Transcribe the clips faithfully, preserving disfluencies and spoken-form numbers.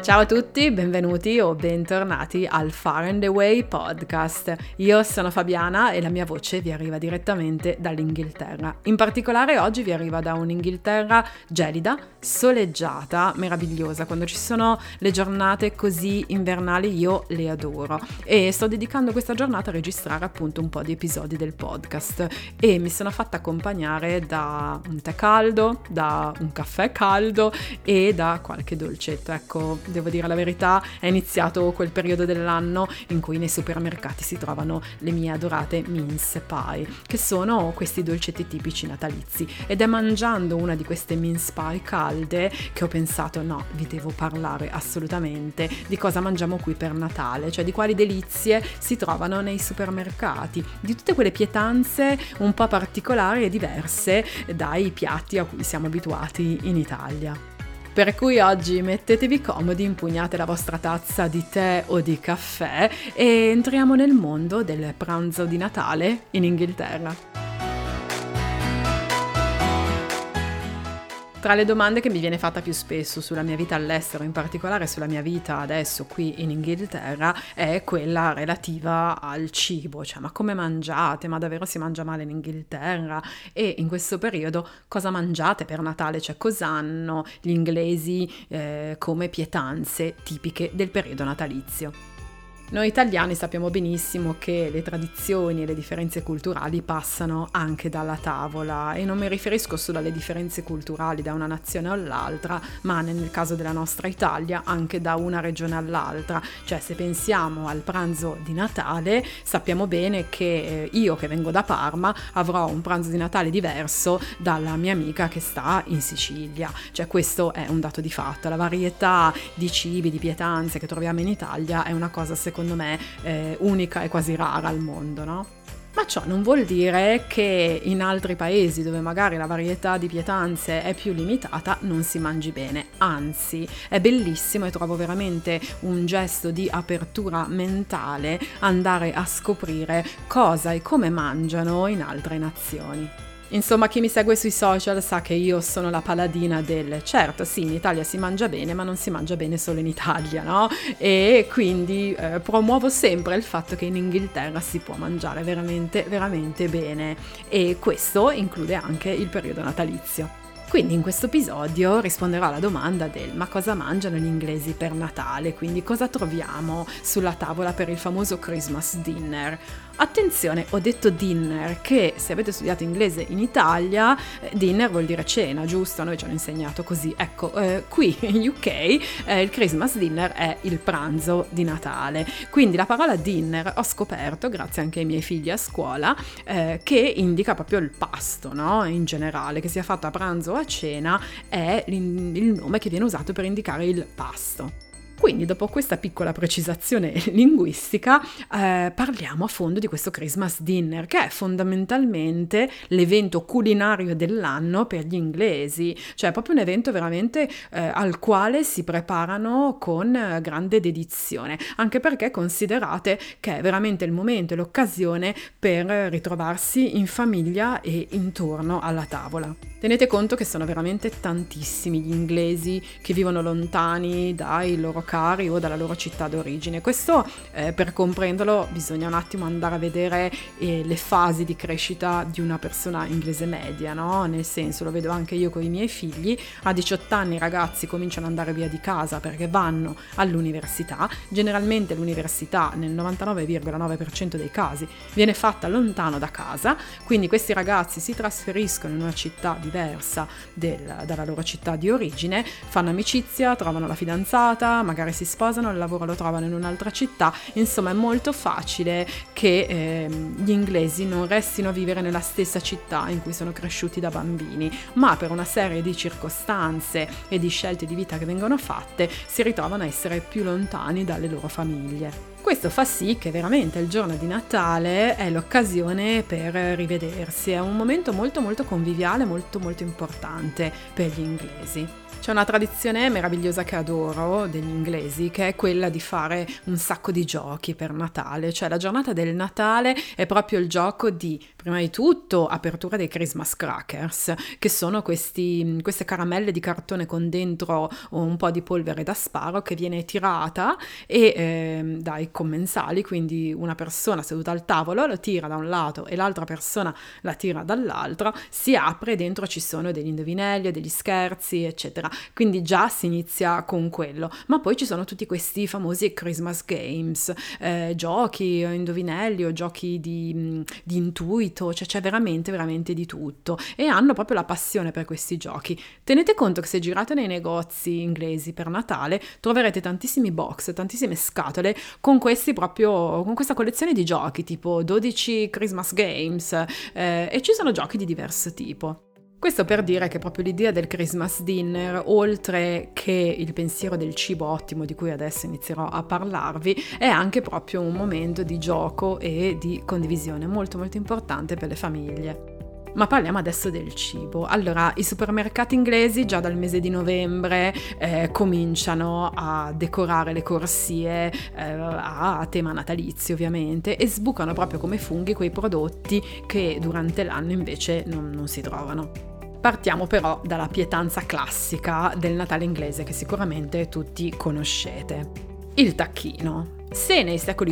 Ciao a tutti, benvenuti o bentornati al Far and Away podcast. Io sono Fabiana e la mia voce vi arriva direttamente dall'Inghilterra. In particolare oggi vi arriva da un'Inghilterra gelida, soleggiata, meravigliosa. Quando ci sono le giornate così invernali io le adoro e sto dedicando questa giornata a registrare appunto un po' di episodi del podcast e mi sono fatta accompagnare da un tè caldo, da un caffè caldo e da qualche dolcetto. Ecco, devo dire la verità, è iniziato quel periodo dell'anno in cui nei supermercati si trovano le mie adorate mince pie, che sono questi dolcetti tipici natalizi, ed è mangiando una di queste mince pie calde che ho pensato no, vi devo parlare assolutamente di cosa mangiamo qui per Natale, cioè di quali delizie si trovano nei supermercati, di tutte quelle pietanze un po' particolari e diverse dai piatti a cui siamo abituati in Italia. Per cui oggi mettetevi comodi, impugnate la vostra tazza di tè o di caffè e entriamo nel mondo del pranzo di Natale in Inghilterra. Tra le domande che mi viene fatta più spesso sulla mia vita all'estero, in particolare sulla mia vita adesso qui in Inghilterra, è quella relativa al cibo, cioè ma come mangiate, ma davvero si mangia male in Inghilterra? E in questo periodo cosa mangiate per Natale, cioè cosa hanno gli inglesi eh, come pietanze tipiche del periodo natalizio? Noi italiani sappiamo benissimo che le tradizioni e le differenze culturali passano anche dalla tavola, e non mi riferisco solo alle differenze culturali da una nazione all'altra, ma nel caso della nostra Italia anche da una regione all'altra. Cioè, se pensiamo al pranzo di Natale, sappiamo bene che io che vengo da Parma avrò un pranzo di Natale diverso dalla mia amica che sta in Sicilia. Cioè, questo è un dato di fatto. La varietà di cibi, di pietanze che troviamo in Italia è una cosa secondo me eh, unica e quasi rara al mondo, no? Ma ciò non vuol dire che in altri paesi dove magari la varietà di pietanze è più limitata non si mangi bene, anzi è bellissimo e trovo veramente un gesto di apertura mentale andare a scoprire cosa e come mangiano in altre nazioni. Insomma, chi mi segue sui social sa che io sono la paladina del certo, sì, in Italia si mangia bene, ma non si mangia bene solo in Italia, no? E quindi eh, promuovo sempre il fatto che in Inghilterra si può mangiare veramente, veramente bene, e questo include anche il periodo natalizio. Quindi in questo episodio risponderò alla domanda del ma cosa mangiano gli inglesi per Natale, quindi cosa troviamo sulla tavola per il famoso Christmas dinner. Attenzione, ho detto dinner, che se avete studiato inglese in Italia, eh, dinner vuol dire cena, giusto? Noi ci hanno insegnato così. Ecco, eh, qui in U K eh, il Christmas dinner è il pranzo di Natale. Quindi la parola dinner ho scoperto, grazie anche ai miei figli a scuola, eh, che indica proprio il pasto, no? In generale, che sia fatto a pranzo o a cena, è il nome che viene usato per indicare il pasto. Quindi dopo questa piccola precisazione linguistica eh, parliamo a fondo di questo Christmas dinner, che è fondamentalmente l'evento culinario dell'anno per gli inglesi, cioè proprio un evento veramente eh, al quale si preparano con eh, grande dedizione, anche perché considerate che è veramente il momento e l'occasione per ritrovarsi in famiglia e intorno alla tavola. Tenete conto che sono veramente tantissimi gli inglesi che vivono lontani dai loro cari o dalla loro città d'origine. Questo eh, per comprenderlo bisogna un attimo andare a vedere eh, le fasi di crescita di una persona inglese media, no? Nel senso, lo vedo anche io con i miei figli, a diciotto anni i ragazzi cominciano ad andare via di casa perché vanno all'università. Generalmente l'università nel novantanove virgola nove per cento dei casi viene fatta lontano da casa, quindi questi ragazzi si trasferiscono in una città diversa del, dalla loro città di origine, fanno amicizia, trovano la fidanzata, magari si sposano, il lavoro lo trovano in un'altra città. Insomma, è molto facile che eh, gli inglesi non restino a vivere nella stessa città in cui sono cresciuti da bambini, ma per una serie di circostanze e di scelte di vita che vengono fatte si ritrovano a essere più lontani dalle loro famiglie. Questo fa sì che veramente il giorno di Natale è l'occasione per rivedersi, è un momento molto molto conviviale, molto molto importante per gli inglesi. C'è una tradizione meravigliosa che adoro degli inglesi, che è quella di fare un sacco di giochi per Natale, cioè la giornata del Natale è proprio il gioco di Prima di tutto, apertura dei Christmas crackers, che sono questi, queste caramelle di cartone con dentro un po' di polvere da sparo che viene tirata e, eh, dai commensali, quindi una persona seduta al tavolo lo tira da un lato e l'altra persona la tira dall'altro, si apre e dentro ci sono degli indovinelli, degli scherzi, eccetera. Quindi già si inizia con quello, ma poi ci sono tutti questi famosi Christmas games, eh, giochi, indovinelli o giochi di, di intuito, cioè c'è veramente veramente di tutto e hanno proprio la passione per questi giochi. Tenete conto che se girate nei negozi inglesi per Natale troverete tantissimi box, tantissime scatole con questi proprio, con questa collezione di giochi tipo dodici Christmas games, eh, e ci sono giochi di diverso tipo. Questo per dire che proprio l'idea del Christmas dinner, oltre che il pensiero del cibo ottimo di cui adesso inizierò a parlarvi, è anche proprio un momento di gioco e di condivisione molto molto importante per le famiglie. Ma parliamo adesso del cibo. Allora, i supermercati inglesi già dal mese di novembre eh, cominciano a decorare le corsie eh, a tema natalizio ovviamente e sbucano proprio come funghi quei prodotti che durante l'anno invece non, non si trovano. Partiamo però dalla pietanza classica del Natale inglese che sicuramente tutti conoscete. Il tacchino. Se nei secoli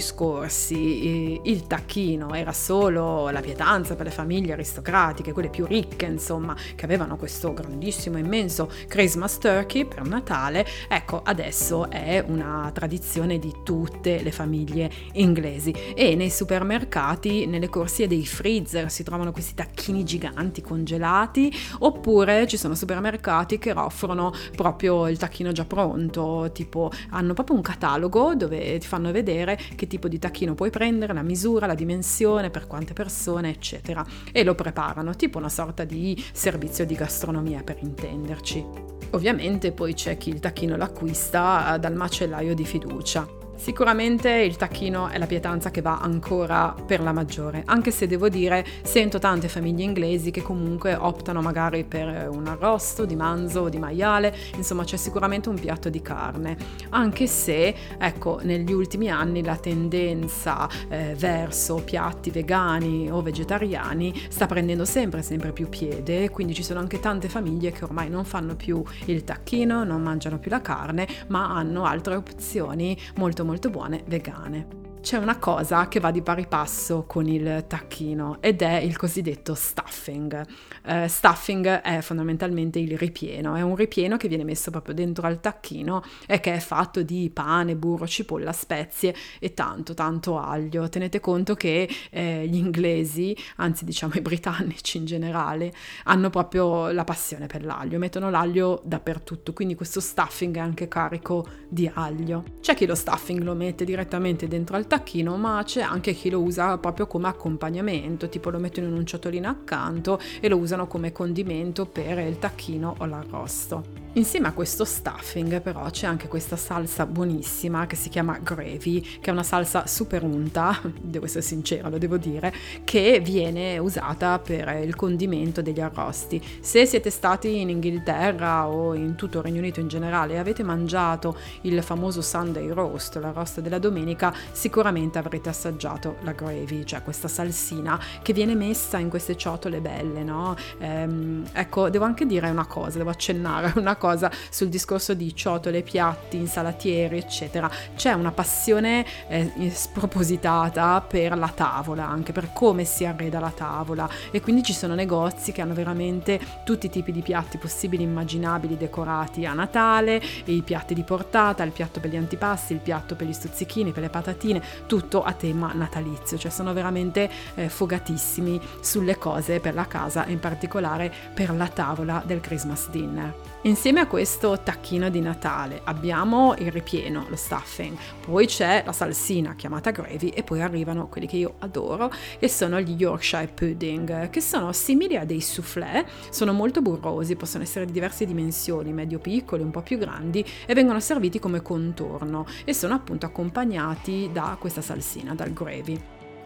scorsi il tacchino era solo la pietanza per le famiglie aristocratiche, quelle più ricche, insomma, che avevano questo grandissimo, immenso Christmas turkey per Natale, ecco, adesso è una tradizione di tutte le famiglie inglesi e nei supermercati, nelle corsie dei freezer si trovano questi tacchini giganti congelati, oppure ci sono supermercati che offrono proprio il tacchino già pronto, tipo hanno proprio un catalogo dove ti fanno vedere che tipo di tacchino puoi prendere, la misura, la dimensione, per quante persone, eccetera, e lo preparano, tipo una sorta di servizio di gastronomia per intenderci. Ovviamente poi c'è chi il tacchino l'acquista dal macellaio di fiducia. Sicuramente il tacchino è la pietanza che va ancora per la maggiore, anche se devo dire sento tante famiglie inglesi che comunque optano magari per un arrosto di manzo o di maiale, insomma c'è sicuramente un piatto di carne, anche se ecco negli ultimi anni la tendenza eh, verso piatti vegani o vegetariani sta prendendo sempre sempre più piede, quindi ci sono anche tante famiglie che ormai non fanno più il tacchino, non mangiano più la carne, ma hanno altre opzioni molto molto buone vegane. C'è una cosa che va di pari passo con il tacchino ed è il cosiddetto stuffing. Uh, stuffing è fondamentalmente il ripieno, è un ripieno che viene messo proprio dentro al tacchino e che è fatto di pane, burro, cipolla, spezie e tanto tanto aglio. Tenete conto che eh, gli inglesi, anzi diciamo i britannici in generale, hanno proprio la passione per l'aglio, mettono l'aglio dappertutto, quindi questo stuffing è anche carico di aglio. C'è chi lo stuffing lo mette direttamente dentro al tacchino, ma c'è anche chi lo usa proprio come accompagnamento, tipo lo mettono in un ciotolino accanto e lo usano come condimento per il tacchino o l'arrosto. Insieme a questo stuffing però c'è anche questa salsa buonissima che si chiama gravy, che è una salsa super unta, devo essere sincera, lo devo dire, che viene usata per il condimento degli arrosti. Se siete stati in Inghilterra o in tutto il Regno Unito in generale e avete mangiato il famoso Sunday roast, l'arrosto della domenica, sicuramente avrete assaggiato la gravy, cioè questa salsina che viene messa in queste ciotole belle, no? Ehm, ecco, devo anche dire una cosa, devo accennare una cosa sul discorso di ciotole, piatti, insalatieri, eccetera. C'è una passione eh, spropositata per la tavola, anche per come si arreda la tavola, e quindi ci sono negozi che hanno veramente tutti i tipi di piatti possibili e immaginabili decorati a Natale, i piatti di portata, il piatto per gli antipasti, il piatto per gli stuzzichini, per le patatine, tutto a tema natalizio, cioè sono veramente eh, fogatissimi sulle cose per la casa e in particolare per la tavola del Christmas dinner. Insieme a questo tacchino di Natale abbiamo il ripieno, lo stuffing, poi c'è la salsina chiamata gravy e poi arrivano quelli che io adoro e sono gli Yorkshire pudding, che sono simili a dei soufflé, sono molto burrosi, possono essere di diverse dimensioni, medio piccoli, un po' più grandi, e vengono serviti come contorno e sono appunto accompagnati da questa salsina, dal gravy.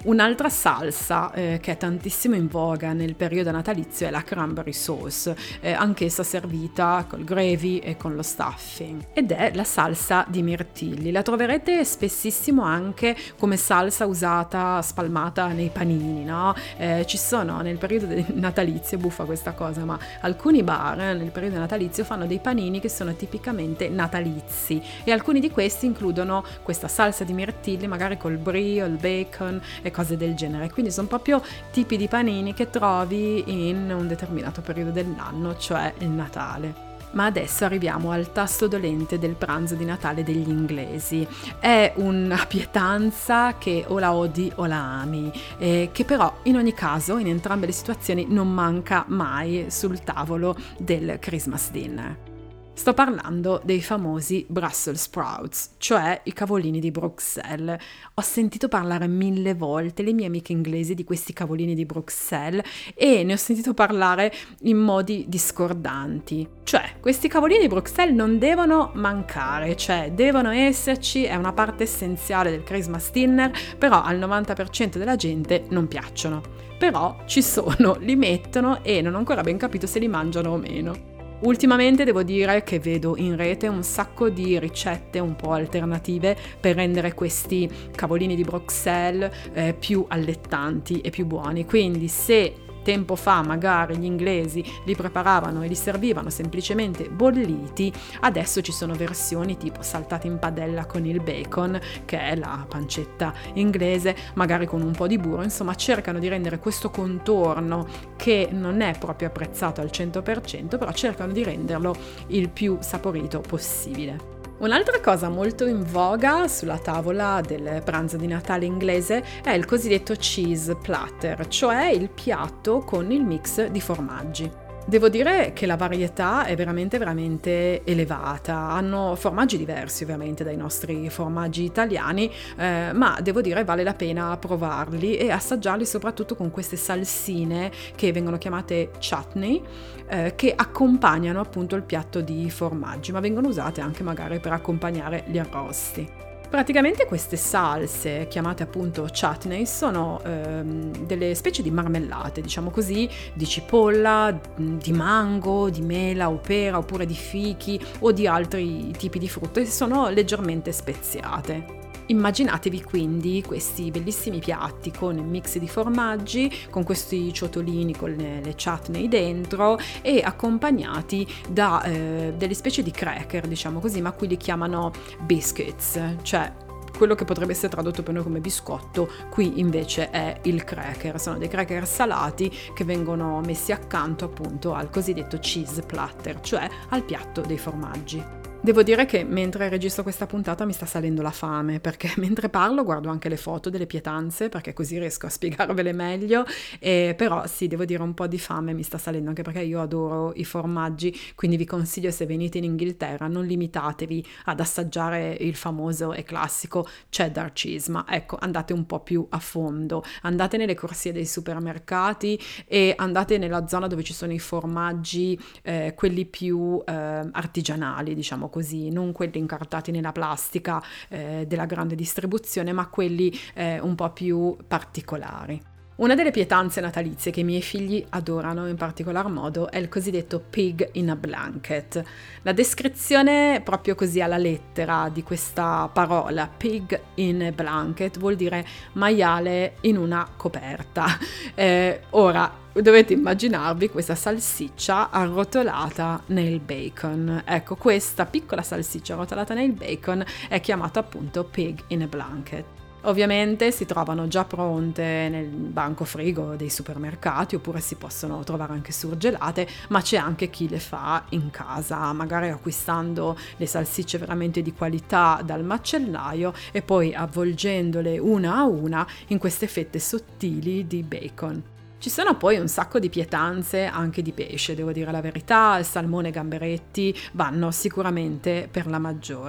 Un'altra salsa eh, che è tantissimo in voga nel periodo natalizio è la cranberry sauce, eh, anch'essa servita col gravy e con lo stuffing, ed è la salsa di mirtilli. La troverete spessissimo anche come salsa usata, spalmata nei panini, no? Eh, ci sono nel periodo natalizio, buffa questa cosa, ma alcuni bar eh, nel periodo natalizio fanno dei panini che sono tipicamente natalizi, e alcuni di questi includono questa salsa di mirtilli, magari col brie o il bacon e cose del genere. Quindi sono proprio tipi di panini che trovi in un determinato periodo dell'anno, cioè il Natale. Ma adesso arriviamo al tasto dolente del pranzo di Natale degli inglesi. È una pietanza che o la odi o la ami, eh, che però in ogni caso, in entrambe le situazioni, non manca mai sul tavolo del Christmas dinner. Sto parlando dei famosi Brussels sprouts, cioè i cavolini di Bruxelles. Ho sentito parlare mille volte le mie amiche inglesi di questi cavolini di Bruxelles e ne ho sentito parlare in modi discordanti. Cioè, questi cavolini di Bruxelles non devono mancare, cioè devono esserci, è una parte essenziale del Christmas dinner, però al novanta per cento della gente non piacciono. Però ci sono, li mettono e non ho ancora ben capito se li mangiano o meno. Ultimamente devo dire che vedo in rete un sacco di ricette un po' alternative per rendere questi cavolini di Bruxelles eh, più allettanti e più buoni. Quindi se tempo fa magari gli inglesi li preparavano e li servivano semplicemente bolliti, adesso ci sono versioni tipo saltati in padella con il bacon, che è la pancetta inglese, magari con un po' di burro. Insomma, cercano di rendere questo contorno, che non è proprio apprezzato al cento per cento, però cercano di renderlo il più saporito possibile. Un'altra cosa molto in voga sulla tavola del pranzo di Natale inglese è il cosiddetto cheese platter, cioè il piatto con il mix di formaggi. Devo dire che la varietà è veramente veramente elevata, hanno formaggi diversi ovviamente dai nostri formaggi italiani, eh, ma devo dire vale la pena provarli e assaggiarli soprattutto con queste salsine che vengono chiamate chutney, eh, che accompagnano appunto il piatto di formaggi, ma vengono usate anche magari per accompagnare gli arrosti. Praticamente queste salse, chiamate appunto chutney, sono ehm, delle specie di marmellate, diciamo così, di cipolla, di mango, di mela o pera, oppure di fichi o di altri tipi di frutto, e sono leggermente speziate. Immaginatevi quindi questi bellissimi piatti con il mix di formaggi, con questi ciotolini con le, le chutney dentro e accompagnati da eh, delle specie di cracker, diciamo così, ma qui li chiamano biscuits, cioè quello che potrebbe essere tradotto per noi come biscotto, qui invece è il cracker. Sono dei cracker salati che vengono messi accanto appunto al cosiddetto cheese platter, cioè al piatto dei formaggi. Devo dire che mentre registro questa puntata mi sta salendo la fame, perché mentre parlo guardo anche le foto delle pietanze, perché così riesco a spiegarvele meglio, e però sì, devo dire un po' di fame mi sta salendo, anche perché io adoro i formaggi, quindi vi consiglio, se venite in Inghilterra, non limitatevi ad assaggiare il famoso e classico cheddar cheese, ma ecco, andate un po' più a fondo, andate nelle corsie dei supermercati e andate nella zona dove ci sono i formaggi, eh, quelli più eh, artigianali, diciamo così, non quelli incartati nella plastica eh, della grande distribuzione, ma quelli eh, un po' più particolari. Una delle pietanze natalizie che i miei figli adorano in particolar modo è il cosiddetto pig in a blanket. La descrizione proprio così alla lettera di questa parola, pig in a blanket, vuol dire maiale in una coperta. Eh, ora, dovete immaginarvi questa salsiccia arrotolata nel bacon. Ecco, questa piccola salsiccia arrotolata nel bacon è chiamata appunto pig in a blanket. Ovviamente si trovano già pronte nel banco frigo dei supermercati, oppure si possono trovare anche surgelate, ma c'è anche chi le fa in casa, magari acquistando le salsicce veramente di qualità dal macellaio e poi avvolgendole una a una in queste fette sottili di bacon. Ci sono poi un sacco di pietanze anche di pesce, devo dire la verità, il salmone e gamberetti vanno sicuramente per la maggiore.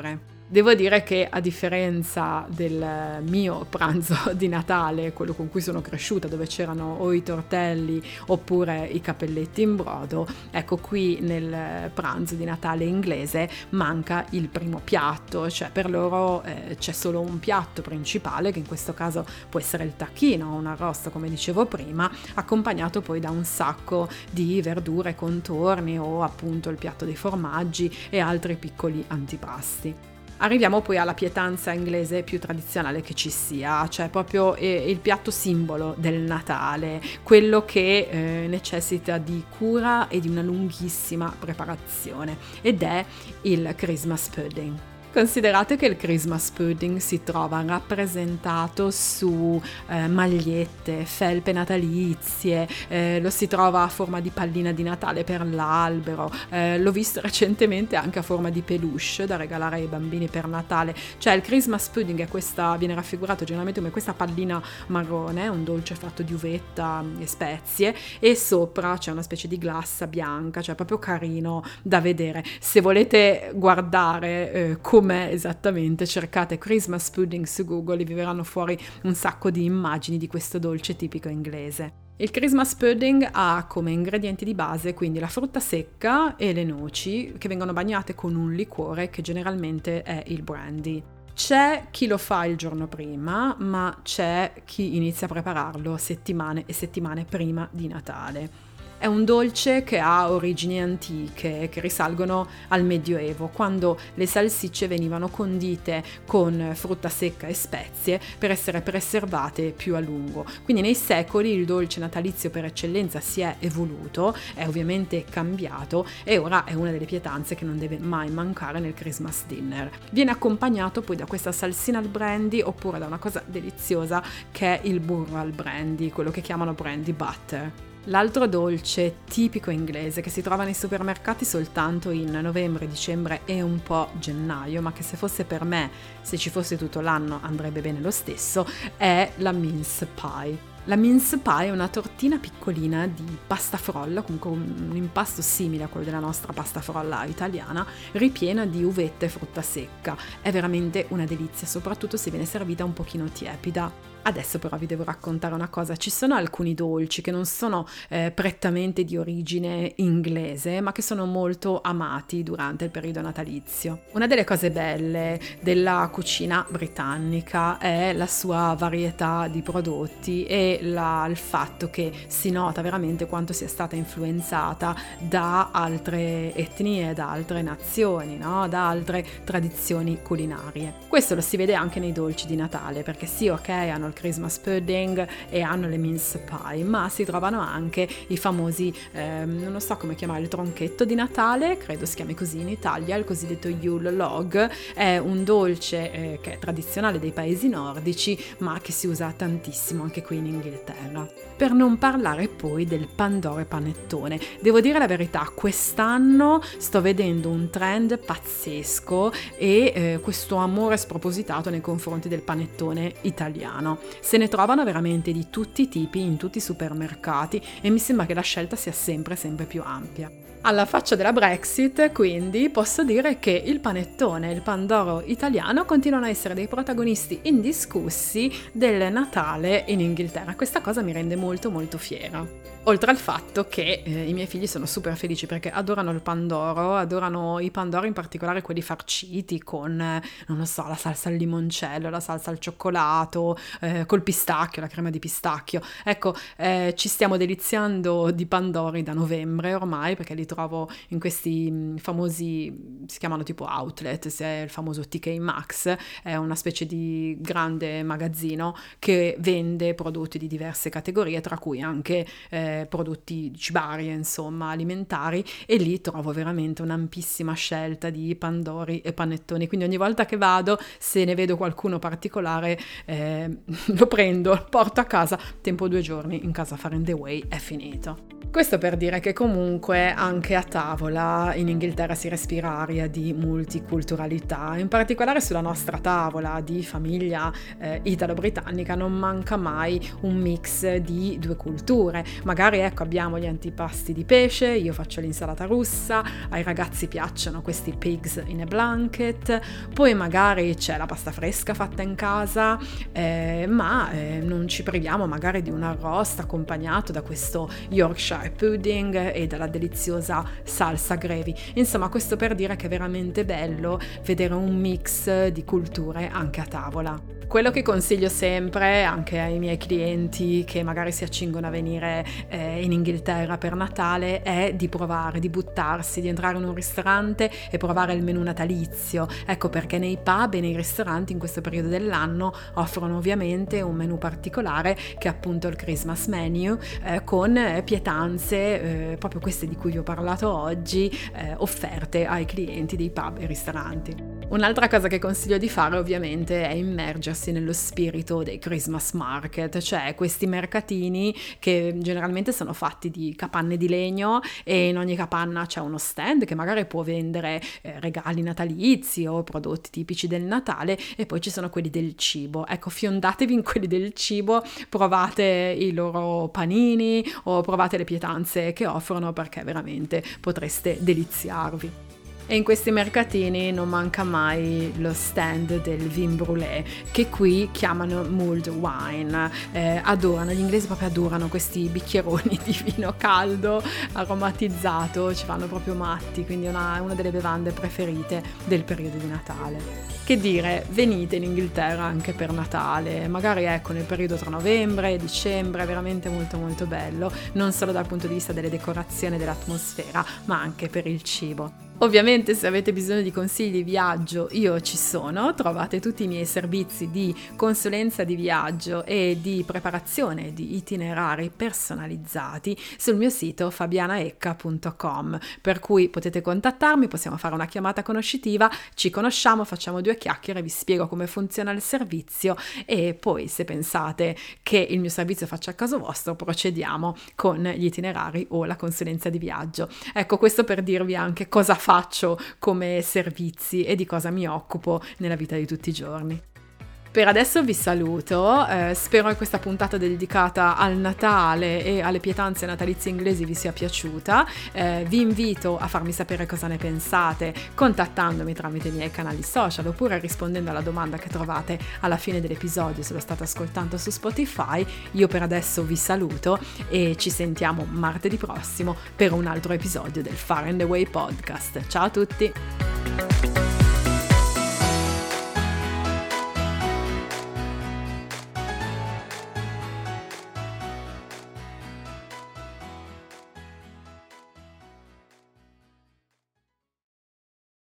Devo dire che a differenza del mio pranzo di Natale, quello con cui sono cresciuta, dove c'erano o i tortelli oppure i cappelletti in brodo, ecco qui nel pranzo di Natale inglese manca il primo piatto, cioè per loro eh, c'è solo un piatto principale, che in questo caso può essere il tacchino o un arrosto come dicevo prima, accompagnato poi da un sacco di verdure, contorni o appunto il piatto dei formaggi e altri piccoli antipasti. Arriviamo poi alla pietanza inglese più tradizionale che ci sia, cioè proprio eh, il piatto simbolo del Natale, quello che eh, necessita di cura e di una lunghissima preparazione, ed è il Christmas pudding. Considerate che il Christmas pudding si trova rappresentato su eh, magliette, felpe natalizie, eh, lo si trova a forma di pallina di Natale per l'albero, eh, l'ho visto recentemente anche a forma di peluche da regalare ai bambini per Natale. Cioè il Christmas pudding è questa, viene raffigurato generalmente come questa pallina marrone, un dolce fatto di uvetta e spezie, e sopra c'è una specie di glassa bianca, cioè proprio carino da vedere. Se volete guardare eh, come esattamente, cercate Christmas pudding su Google e vi verranno fuori un sacco di immagini di questo dolce tipico inglese. Il Christmas pudding ha come ingredienti di base quindi la frutta secca e le noci, che vengono bagnate con un liquore che generalmente è il brandy. C'è chi lo fa il giorno prima, ma c'è chi inizia a prepararlo settimane e settimane prima di Natale. È un dolce che ha origini antiche, che risalgono al Medioevo, quando le salsicce venivano condite con frutta secca e spezie per essere preservate più a lungo. Quindi nei secoli il dolce natalizio per eccellenza si è evoluto, è ovviamente cambiato e ora è una delle pietanze che non deve mai mancare nel Christmas dinner. Viene accompagnato poi da questa salsina al brandy oppure da una cosa deliziosa che è il burro al brandy, quello che chiamano brandy butter. L'altro dolce tipico inglese che si trova nei supermercati soltanto in novembre, dicembre e un po' gennaio, ma che se fosse per me, se ci fosse tutto l'anno andrebbe bene lo stesso, è la mince pie. La mince pie è una tortina piccolina di pasta frolla, comunque un impasto simile a quello della nostra pasta frolla italiana, ripiena di uvetta e frutta secca. È veramente una delizia, soprattutto se viene servita un pochino tiepida. Adesso però vi devo raccontare una cosa, ci sono alcuni dolci che non sono eh, prettamente di origine inglese, ma che sono molto amati durante il periodo natalizio. Una delle cose belle della cucina britannica è la sua varietà di prodotti e la, il fatto che si nota veramente quanto sia stata influenzata da altre etnie, da altre nazioni, no? Da altre tradizioni culinarie. Questo lo si vede anche nei dolci di Natale, perché sì, ok, hanno il Christmas pudding e hanno le mince pie, ma si trovano anche i famosi, ehm, non lo so come chiamare, il tronchetto di Natale, credo si chiami così in Italia, il cosiddetto Yule log. È un dolce eh, che è tradizionale dei paesi nordici, ma che si usa tantissimo anche qui in Inghilterra. Per non parlare poi del pandoro e panettone. Devo dire la verità, quest'anno sto vedendo un trend pazzesco e eh, questo amore spropositato nei confronti del panettone italiano. Se ne trovano veramente di tutti i tipi in tutti i supermercati e mi sembra che la scelta sia sempre sempre più ampia. Alla faccia della Brexit, quindi, posso dire che il panettone e il pandoro italiano continuano a essere dei protagonisti indiscussi del Natale in Inghilterra. Questa cosa mi rende molto molto fiera. Oltre al fatto che eh, i miei figli sono super felici perché adorano il pandoro, adorano i pandori in particolare quelli farciti con, eh, non lo so, la salsa al limoncello, la salsa al cioccolato, eh, col pistacchio, la crema di pistacchio. Ecco, eh, ci stiamo deliziando di pandori da novembre ormai, perché li trovo in questi mh, famosi, si chiamano tipo outlet, se è il famoso T K Maxx, è una specie di grande magazzino che vende prodotti di diverse categorie, tra cui anche eh, prodotti cibari, insomma, alimentari, e lì trovo veramente un'ampissima scelta di pandori e panettoni, quindi ogni volta che vado, se ne vedo qualcuno particolare, eh, lo prendo, lo porto a casa, tempo due giorni in casa fare the way, è finito. Questo per dire che comunque anche a tavola in Inghilterra si respira aria di multiculturalità, in particolare sulla nostra tavola di famiglia eh, italo-britannica non manca mai un mix di due culture, magari magari ecco abbiamo gli antipasti di pesce, io faccio l'insalata russa, ai ragazzi piacciono questi pigs in a blanket, poi magari c'è la pasta fresca fatta in casa, eh, ma eh, non ci priviamo magari di un arrosto accompagnato da questo Yorkshire pudding e dalla deliziosa salsa gravy. Insomma, questo per dire che è veramente bello vedere un mix di culture anche a tavola. Quello che consiglio sempre anche ai miei clienti che magari si accingono a venire eh, in Inghilterra per Natale è di provare, di buttarsi, di entrare in un ristorante e provare il menù natalizio. Ecco perché nei pub e nei ristoranti in questo periodo dell'anno offrono ovviamente un menù particolare che è appunto il Christmas menu eh, con eh, pietanze, eh, proprio queste di cui vi ho parlato oggi, eh, offerte ai clienti dei pub e ristoranti. Un'altra cosa che consiglio di fare ovviamente è immergersi nello spirito dei Christmas market, cioè questi mercatini che generalmente sono fatti di capanne di legno e in ogni capanna c'è uno stand che magari può vendere eh, regali natalizi o prodotti tipici del Natale, e poi ci sono quelli del cibo. Ecco, fiondatevi in quelli del cibo, provate i loro panini o provate le pietanze che offrono, perché veramente potreste deliziarvi. E in questi mercatini non manca mai lo stand del vin brûlé, che qui chiamano mulled wine. Eh, adorano, gli inglesi proprio adorano questi bicchieroni di vino caldo, aromatizzato, ci vanno proprio matti, quindi è una, una delle bevande preferite del periodo di Natale. Che dire, venite in Inghilterra anche per Natale, magari ecco nel periodo tra novembre e dicembre, è veramente molto molto bello, non solo dal punto di vista delle decorazioni e dell'atmosfera, ma anche per il cibo. Ovviamente se avete bisogno di consigli di viaggio io ci sono, trovate tutti i miei servizi di consulenza di viaggio e di preparazione di itinerari personalizzati sul mio sito fabianaecca punto com, per cui potete contattarmi, possiamo fare una chiamata conoscitiva, ci conosciamo, facciamo due chiacchiere, vi spiego come funziona il servizio e poi se pensate che il mio servizio faccia a caso vostro procediamo con gli itinerari o la consulenza di viaggio. Ecco, questo per dirvi anche cosa faccio come servizi e di cosa mi occupo nella vita di tutti i giorni. Per adesso vi saluto, eh, spero che questa puntata dedicata al Natale e alle pietanze natalizie inglesi vi sia piaciuta. Eh, vi invito a farmi sapere cosa ne pensate contattandomi tramite i miei canali social oppure rispondendo alla domanda che trovate alla fine dell'episodio se lo state ascoltando su Spotify. Io per adesso vi saluto e ci sentiamo martedì prossimo per un altro episodio del Far and Away Podcast. Ciao a tutti!